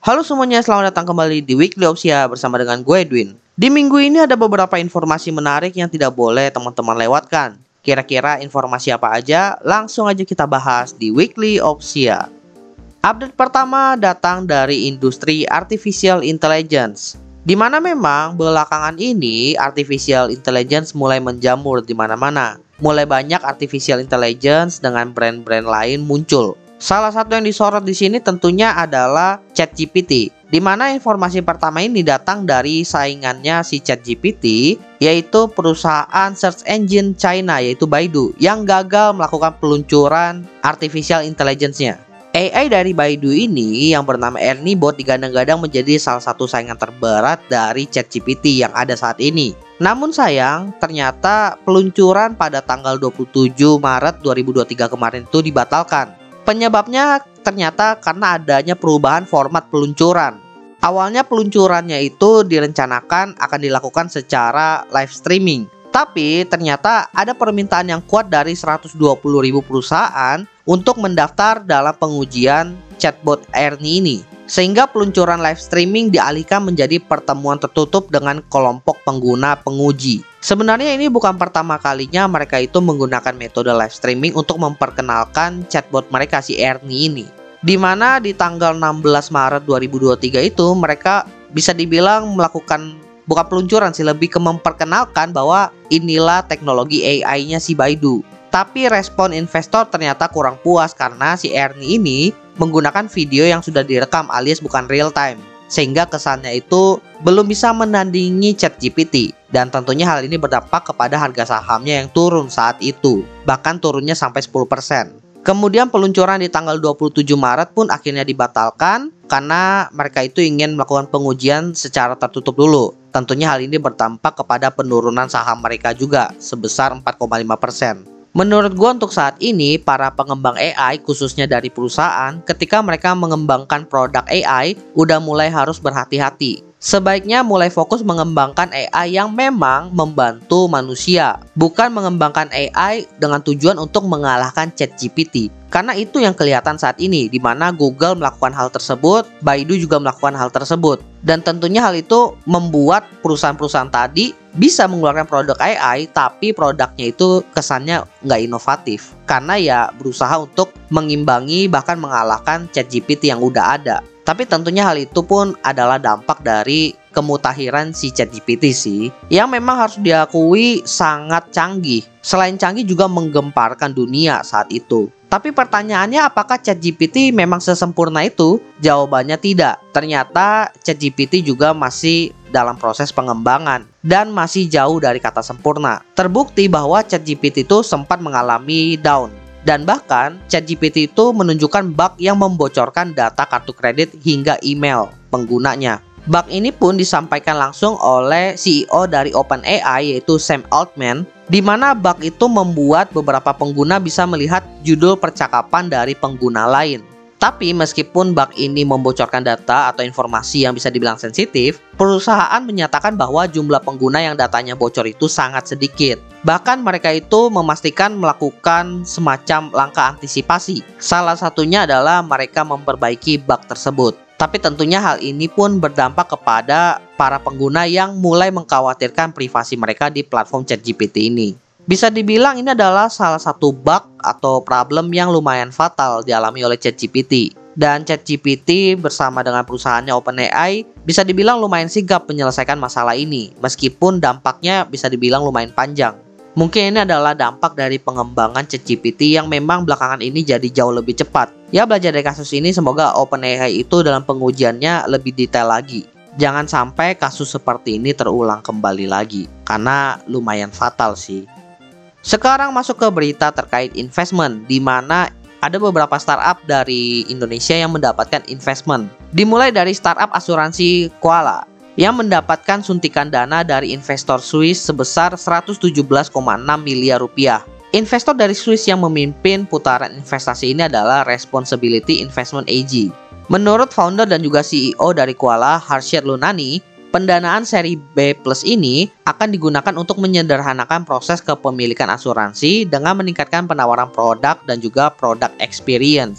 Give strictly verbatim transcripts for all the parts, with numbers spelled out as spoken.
Halo semuanya, selamat datang kembali di Weekly Opsia bersama dengan gue Edwin. Di minggu ini ada beberapa informasi menarik yang tidak boleh teman-teman lewatkan. Kira-kira informasi apa aja? Langsung aja kita bahas di Weekly Opsia. Update pertama datang dari industri Artificial Intelligence, di mana memang belakangan ini Artificial Intelligence mulai menjamur di mana-mana. Mulai banyak Artificial Intelligence dengan brand-brand lain muncul. Salah satu yang disorot di sini tentunya adalah ChatGPT, di mana informasi pertama ini datang dari saingannya si ChatGPT, yaitu perusahaan search engine China yaitu Baidu yang gagal melakukan peluncuran artificial intelligence-nya. A I dari Baidu ini yang bernama Ernie Bot digadang-gadang menjadi salah satu saingan terberat dari ChatGPT yang ada saat ini. Namun sayang, ternyata peluncuran pada tanggal dua puluh tujuh Maret dua ribu dua puluh tiga kemarin itu dibatalkan. Penyebabnya ternyata karena adanya perubahan format peluncuran. Awalnya peluncurannya itu direncanakan akan dilakukan secara live streaming. Tapi ternyata ada permintaan yang kuat dari seratus dua puluh ribu perusahaan untuk mendaftar dalam pengujian chatbot Ernie ini. Sehingga peluncuran live streaming dialihkan menjadi pertemuan tertutup dengan kelompok pengguna penguji. Sebenarnya ini bukan pertama kalinya mereka itu menggunakan metode live streaming untuk memperkenalkan chatbot mereka si Ernie ini. Di mana di tanggal enam belas Maret dua ribu dua puluh tiga itu mereka bisa dibilang melakukan bukan peluncuran sih, lebih ke memperkenalkan bahwa inilah teknologi A I-nya si Baidu. Tapi respon investor ternyata kurang puas karena si Ernie ini menggunakan video yang sudah direkam alias bukan real time. Sehingga kesannya itu belum bisa menandingi ChatGPT. Dan tentunya hal ini berdampak kepada harga sahamnya yang turun saat itu. Bahkan turunnya sampai sepuluh persen. Kemudian peluncuran di tanggal dua puluh tujuh Maret pun akhirnya dibatalkan karena mereka itu ingin melakukan pengujian secara tertutup dulu. Tentunya hal ini berdampak kepada penurunan saham mereka juga sebesar empat koma lima persen. Menurut gue untuk saat ini, para pengembang A I khususnya dari perusahaan, ketika mereka mengembangkan produk A I, udah mulai harus berhati-hati. Sebaiknya mulai fokus mengembangkan A I yang memang membantu manusia, bukan mengembangkan A I dengan tujuan untuk mengalahkan ChatGPT. Karena itu yang kelihatan saat ini, di mana Google melakukan hal tersebut, Baidu juga melakukan hal tersebut. Dan tentunya hal itu membuat perusahaan-perusahaan tadi bisa mengeluarkan produk A I, tapi produknya itu kesannya nggak inovatif. Karena ya berusaha untuk mengimbangi bahkan mengalahkan ChatGPT yang udah ada. Tapi tentunya hal itu pun adalah dampak dari kemutahiran si ChatGPT sih, yang memang harus diakui sangat canggih. Selain canggih juga menggemparkan dunia saat itu. Tapi pertanyaannya, apakah ChatGPT memang sesempurna itu? Jawabannya tidak. Ternyata ChatGPT juga masih dalam proses pengembangan dan masih jauh dari kata sempurna. Terbukti bahwa ChatGPT itu sempat mengalami down. Dan bahkan ChatGPT itu menunjukkan bug yang membocorkan data kartu kredit hingga email penggunanya. Bug ini pun disampaikan langsung oleh C E O dari OpenAI yaitu Sam Altman, di mana bug itu membuat beberapa pengguna bisa melihat judul percakapan dari pengguna lain. Tapi meskipun bug ini membocorkan data atau informasi yang bisa dibilang sensitif, perusahaan menyatakan bahwa jumlah pengguna yang datanya bocor itu sangat sedikit. Bahkan mereka itu memastikan melakukan semacam langkah antisipasi. Salah satunya adalah mereka memperbaiki bug tersebut. Tapi tentunya hal ini pun berdampak kepada para pengguna yang mulai mengkhawatirkan privasi mereka di platform ChatGPT ini. Bisa dibilang ini adalah salah satu bug atau problem yang lumayan fatal dialami oleh ChatGPT. Dan ChatGPT bersama dengan perusahaannya OpenAI bisa dibilang lumayan sigap menyelesaikan masalah ini, meskipun dampaknya bisa dibilang lumayan panjang. Mungkin ini adalah dampak dari pengembangan ChatGPT yang memang belakangan ini jadi jauh lebih cepat. Ya, belajar dari kasus ini, semoga OpenAI itu dalam pengujiannya lebih detail lagi. Jangan sampai kasus seperti ini terulang kembali lagi, karena lumayan fatal sih. Sekarang masuk ke berita terkait investment, di mana ada beberapa startup dari Indonesia yang mendapatkan investment. Dimulai dari startup asuransi Koala yang mendapatkan suntikan dana dari investor Swiss sebesar seratus tujuh belas koma enam miliar rupiah. Investor dari Swiss yang memimpin putaran investasi ini adalah Responsibility Investment A G. Menurut founder dan juga C E O dari Koala, Harshad Lunani, pendanaan seri B plus ini akan digunakan untuk menyederhanakan proses kepemilikan asuransi dengan meningkatkan penawaran produk dan juga produk experience.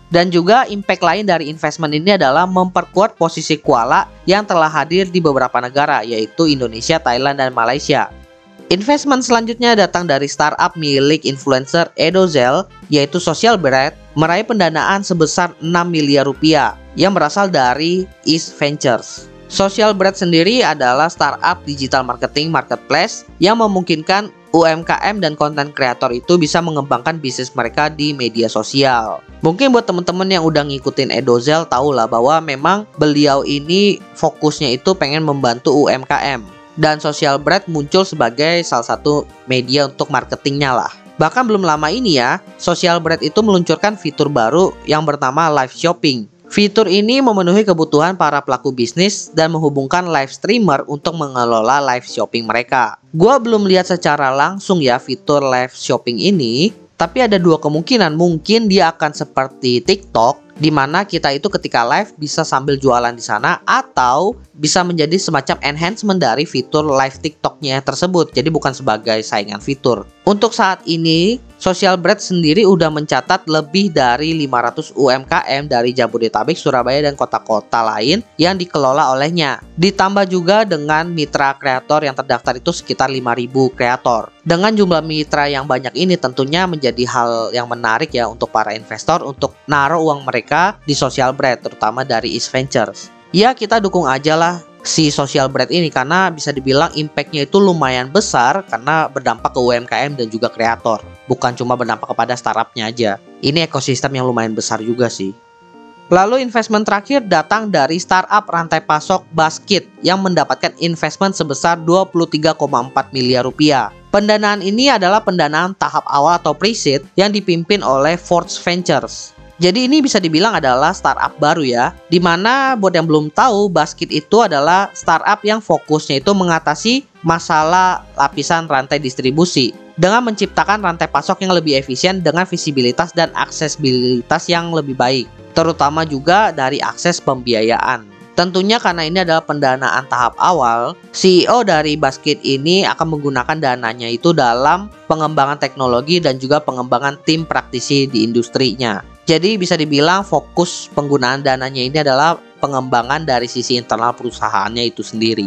Dan juga impact lain dari investment ini adalah memperkuat posisi Kuala yang telah hadir di beberapa negara, yaitu Indonesia, Thailand, dan Malaysia. Investment selanjutnya datang dari startup milik influencer Edozel, yaitu Social Bread, meraih pendanaan sebesar enam miliar rupiah yang berasal dari East Ventures. Social Bread sendiri adalah startup digital marketing marketplace yang memungkinkan U M K M dan konten kreator itu bisa mengembangkan bisnis mereka di media sosial. Mungkin buat teman-teman yang udah ngikutin Edozel tahu lah bahwa memang beliau ini fokusnya itu pengen membantu U M K M. Dan Social Bread muncul sebagai salah satu media untuk marketingnya lah. Bahkan belum lama ini ya, Social Bread itu meluncurkan fitur baru yang bernama live shopping. Fitur ini memenuhi kebutuhan para pelaku bisnis dan menghubungkan live streamer untuk mengelola live shopping mereka. Gua belum lihat secara langsung ya fitur live shopping ini, tapi ada dua kemungkinan. Mungkin dia akan seperti TikTok, di mana kita itu ketika live bisa sambil jualan di sana, atau bisa menjadi semacam enhancement dari fitur live TikToknya tersebut. Jadi bukan sebagai saingan fitur. Untuk saat ini, Social Bread sendiri udah mencatat lebih dari lima ratus U M K M dari Jabodetabek, Surabaya, dan kota-kota lain yang dikelola olehnya. Ditambah juga dengan mitra kreator yang terdaftar itu sekitar lima ribu kreator. Dengan jumlah mitra yang banyak ini tentunya menjadi hal yang menarik ya untuk para investor untuk naruh uang mereka di Social Bread, terutama dari East Ventures. Ya, kita dukung aja lah si Social Bread ini karena bisa dibilang impactnya itu lumayan besar karena berdampak ke U M K M dan juga kreator. Bukan cuma berdampak kepada startupnya aja. Ini ekosistem yang lumayan besar juga sih. Lalu investment terakhir datang dari startup rantai pasok Basket yang mendapatkan investment sebesar dua puluh tiga koma empat miliar rupiah. Pendanaan ini adalah pendanaan tahap awal atau pre-seed yang dipimpin oleh Forge Ventures. Jadi ini bisa dibilang adalah startup baru ya, dimana buat yang belum tahu, Basket itu adalah startup yang fokusnya itu mengatasi masalah lapisan rantai distribusi dengan menciptakan rantai pasok yang lebih efisien dengan visibilitas dan aksesibilitas yang lebih baik, terutama juga dari akses pembiayaan. Tentunya karena ini adalah pendanaan tahap awal, C E O dari Basket ini akan menggunakan dananya itu dalam pengembangan teknologi dan juga pengembangan tim praktisi di industrinya. Jadi bisa dibilang fokus penggunaan dananya ini adalah pengembangan dari sisi internal perusahaannya itu sendiri.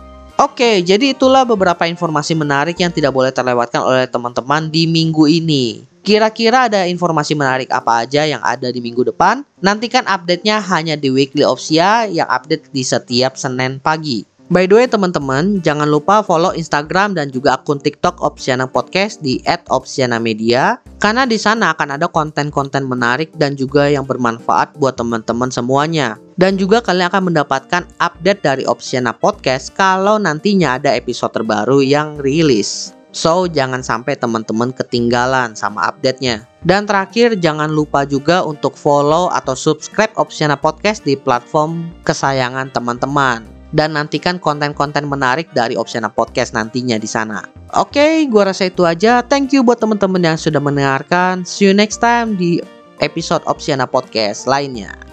Oke, jadi itulah beberapa informasi menarik yang tidak boleh terlewatkan oleh teman-teman di minggu ini. Kira-kira ada informasi menarik apa aja yang ada di minggu depan? Nantikan update-nya hanya di Weekly Opsia yang update di setiap Senin pagi. By the way teman-teman, jangan lupa follow Instagram dan juga akun TikTok Opsiana Podcast di et opsiana media karena di sana akan ada konten-konten menarik dan juga yang bermanfaat buat teman-teman semuanya. Dan juga kalian akan mendapatkan update dari Opsiana Podcast kalau nantinya ada episode terbaru yang rilis. So, jangan sampai teman-teman ketinggalan sama update-nya. Dan terakhir, jangan lupa juga untuk follow atau subscribe Opsiana Podcast di platform kesayangan teman-teman. Dan nantikan konten-konten menarik dari Opsiana Podcast nantinya di sana. Oke, gua rasa itu aja. Thank you buat teman-teman yang sudah mendengarkan. See you next time di episode Opsiana Podcast lainnya.